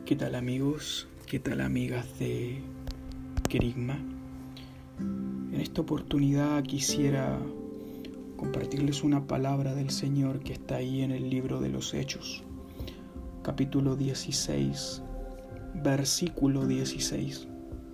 ¿Qué tal amigos? ¿Qué tal amigas de Querigma? En esta oportunidad quisiera compartirles una palabra del Señor que está ahí en el libro de los Hechos, capítulo 16, versículo 16.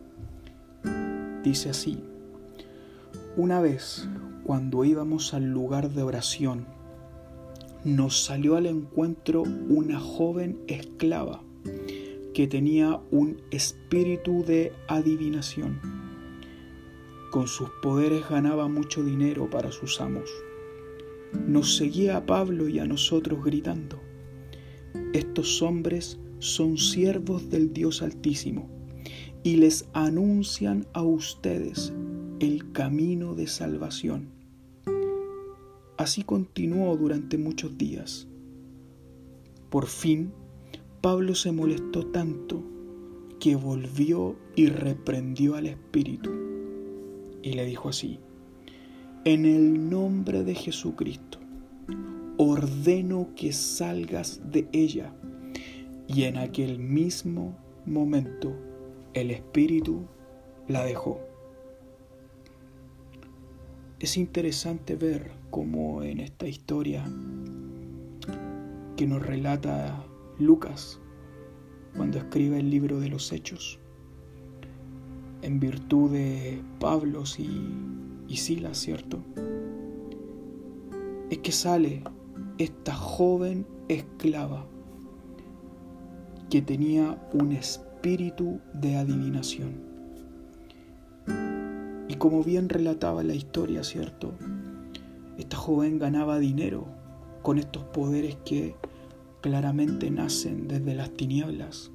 Dice así: una vez, cuando íbamos al lugar de oración, nos salió al encuentro una joven esclava que tenía un espíritu de adivinación. Con sus poderes ganaba mucho dinero para sus amos. Nos seguía a Pablo y a nosotros gritando: estos hombres son siervos del Dios Altísimo y les anuncian a ustedes el camino de salvación. Así continuó durante muchos días. Por fin, Pablo se molestó tanto que volvió y reprendió al espíritu y le dijo así: en el nombre de Jesucristo, ordeno que salgas de ella. Y en aquel mismo momento el espíritu la dejó. Es interesante ver cómo en esta historia que nos relata Lucas cuando escribe el libro de los Hechos, en virtud de Pablo y Silas, ¿cierto? Es que sale esta joven esclava que tenía un espíritu de adivinación. Y como bien relataba la historia, ¿cierto? Esta joven ganaba dinero con estos poderes que claramente nacen desde las tinieblas.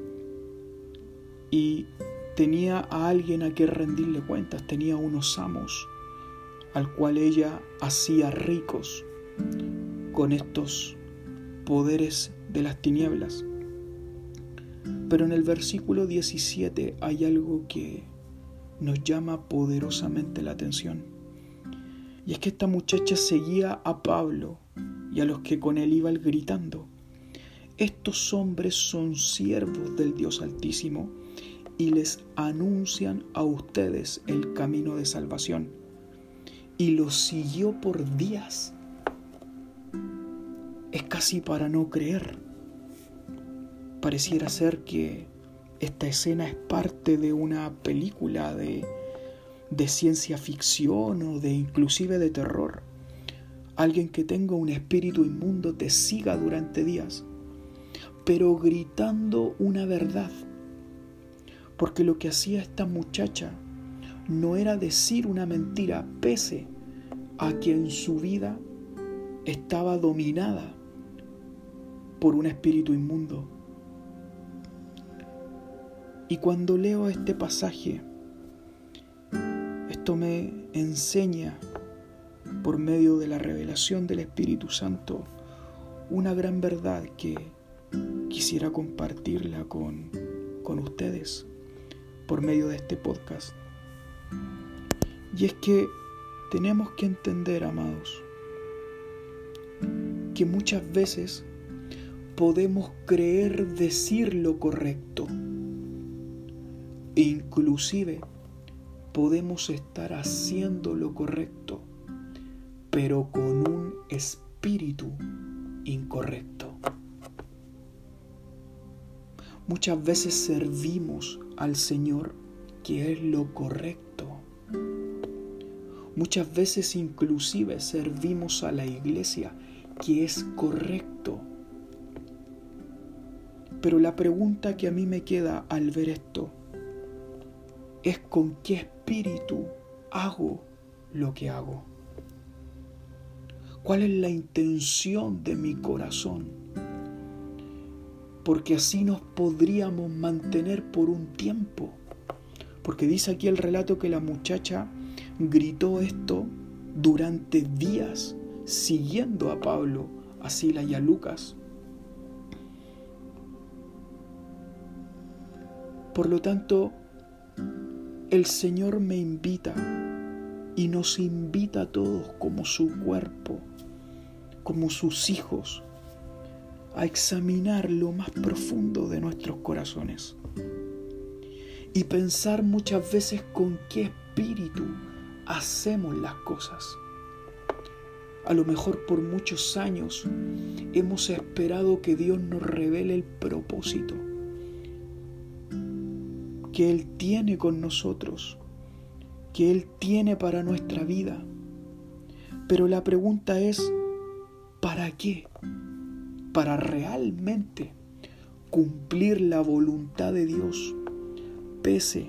Y tenía a alguien a quien rendirle cuentas, tenía unos amos al cual ella hacía ricos con estos poderes de las tinieblas. Pero en el versículo 17 hay algo que nos llama poderosamente la atención. Y es que esta muchacha seguía a Pablo y a los que con él iban gritando: estos hombres son siervos del Dios Altísimo y les anuncian a ustedes el camino de salvación. Y los siguió por días. Es casi para no creer. Pareciera ser que esta escena es parte de una película de ciencia ficción o de inclusive de terror. Alguien que tenga un espíritu inmundo te siga durante días, pero gritando una verdad. Porque lo que hacía esta muchacha no era decir una mentira, pese a que en su vida estaba dominada por un espíritu inmundo. Y cuando leo este pasaje, esto me enseña, por medio de la revelación del Espíritu Santo, una gran verdad que quisiera compartirla con ustedes por medio de este podcast. Y es que tenemos que entender, amados, que muchas veces podemos creer decir lo correcto e inclusive podemos estar haciendo lo correcto, pero con un espíritu incorrecto. Muchas veces servimos al Señor, que es lo correcto. Muchas veces inclusive servimos a la iglesia, que es correcto. Pero la pregunta que a mí me queda al ver esto es: ¿con qué espíritu hago lo que hago? ¿Cuál es la intención de mi corazón? Porque así nos podríamos mantener por un tiempo. Porque dice aquí el relato que la muchacha gritó esto durante días, siguiendo a Pablo, a Silas y a Lucas. Por lo tanto, el Señor me invita y nos invita a todos como su cuerpo, como sus hijos, a examinar lo más profundo de nuestros corazones y pensar muchas veces con qué espíritu hacemos las cosas. A lo mejor por muchos años hemos esperado que Dios nos revele el propósito que Él tiene con nosotros, que Él tiene para nuestra vida. Pero la pregunta es, ¿para qué? Para realmente cumplir la voluntad de Dios, pese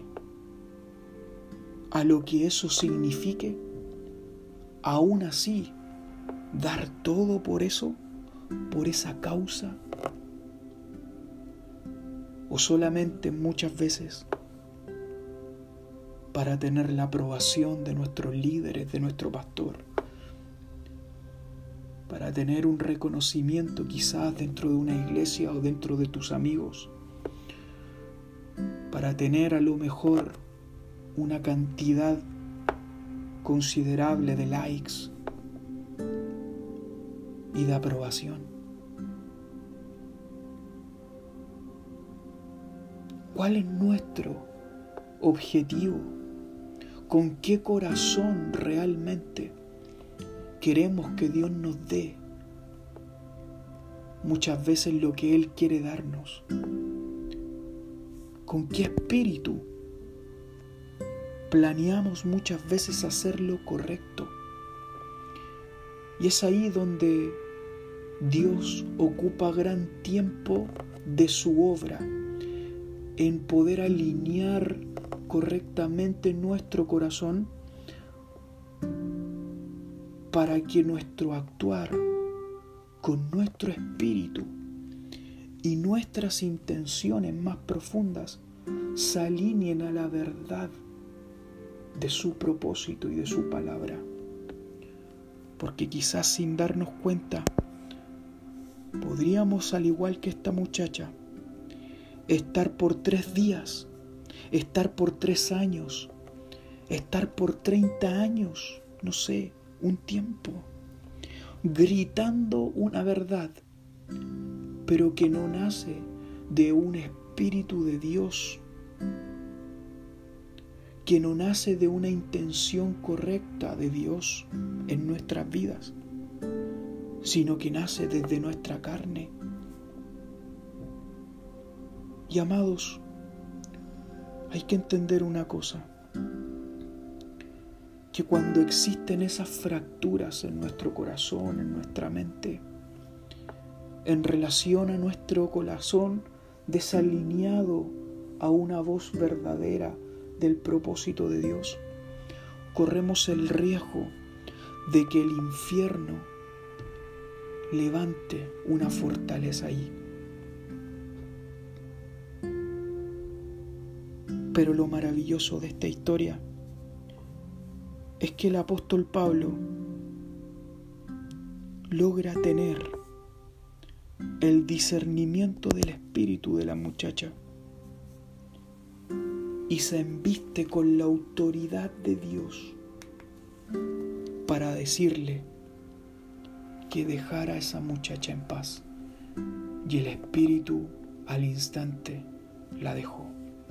a lo que eso signifique. Aún así, dar todo por eso, por esa causa, o solamente muchas veces para tener la aprobación de nuestros líderes, de nuestro pastor, para tener un reconocimiento quizás dentro de una iglesia o dentro de tus amigos, para tener a lo mejor una cantidad considerable de likes y de aprobación. ¿Cuál es nuestro objetivo? ¿Con qué corazón realmente queremos que Dios nos dé muchas veces lo que Él quiere darnos? ¿Con qué espíritu planeamos muchas veces hacer lo correcto? Y es ahí donde Dios ocupa gran tiempo de su obra en poder alinear correctamente nuestro corazón para que nuestro actuar con nuestro espíritu y nuestras intenciones más profundas se alineen a la verdad de su propósito y de su palabra. Porque quizás sin darnos cuenta podríamos, al igual que esta muchacha, estar por 3 días, estar por 3 años, estar por 30 años, no sé, un tiempo, gritando una verdad, pero que no nace de un espíritu de Dios, que no nace de una intención correcta de Dios en nuestras vidas, sino que nace desde nuestra carne. Y amados, hay que entender una cosa, que cuando existen esas fracturas en nuestro corazón, en nuestra mente, en relación a nuestro corazón desalineado a una voz verdadera del propósito de Dios, corremos el riesgo de que el infierno levante una fortaleza ahí. Pero lo maravilloso de esta historia es que el apóstol Pablo logra tener el discernimiento del espíritu de la muchacha y se embiste con la autoridad de Dios para decirle que dejara a esa muchacha en paz, y el espíritu al instante la dejó.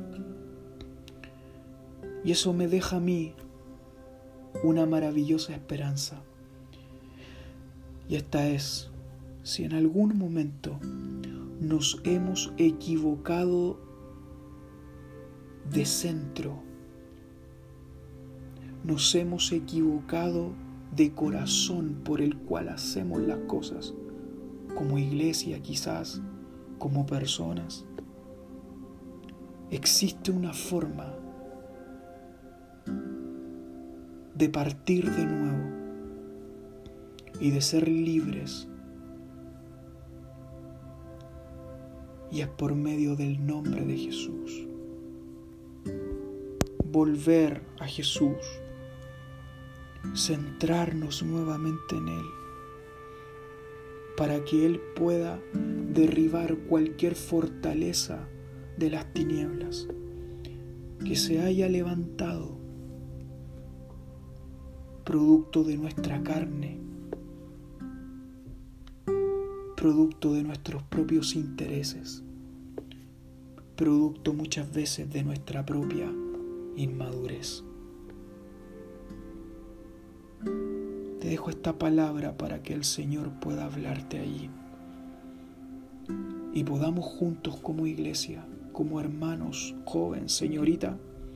Y eso me deja a mí una maravillosa esperanza. Y esta es, si en algún momento nos hemos equivocado de centro, nos hemos equivocado de corazón por el cual hacemos las cosas, como iglesia quizás, como personas, existe una forma de partir de nuevo y de ser libres, y es por medio del nombre de Jesús. Volver a Jesús, centrarnos nuevamente en Él, para que Él pueda derribar cualquier fortaleza de las tinieblas que se haya levantado producto de nuestra carne, producto de nuestros propios intereses, producto muchas veces de nuestra propia inmadurez. Te dejo esta palabra para que el Señor pueda hablarte allí y podamos juntos como iglesia, como hermanos, joven, señorita,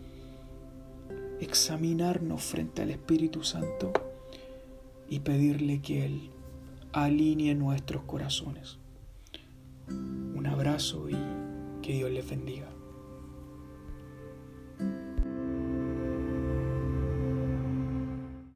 examinarnos frente al Espíritu Santo y pedirle que Él alinee nuestros corazones. Un abrazo y que Dios les bendiga.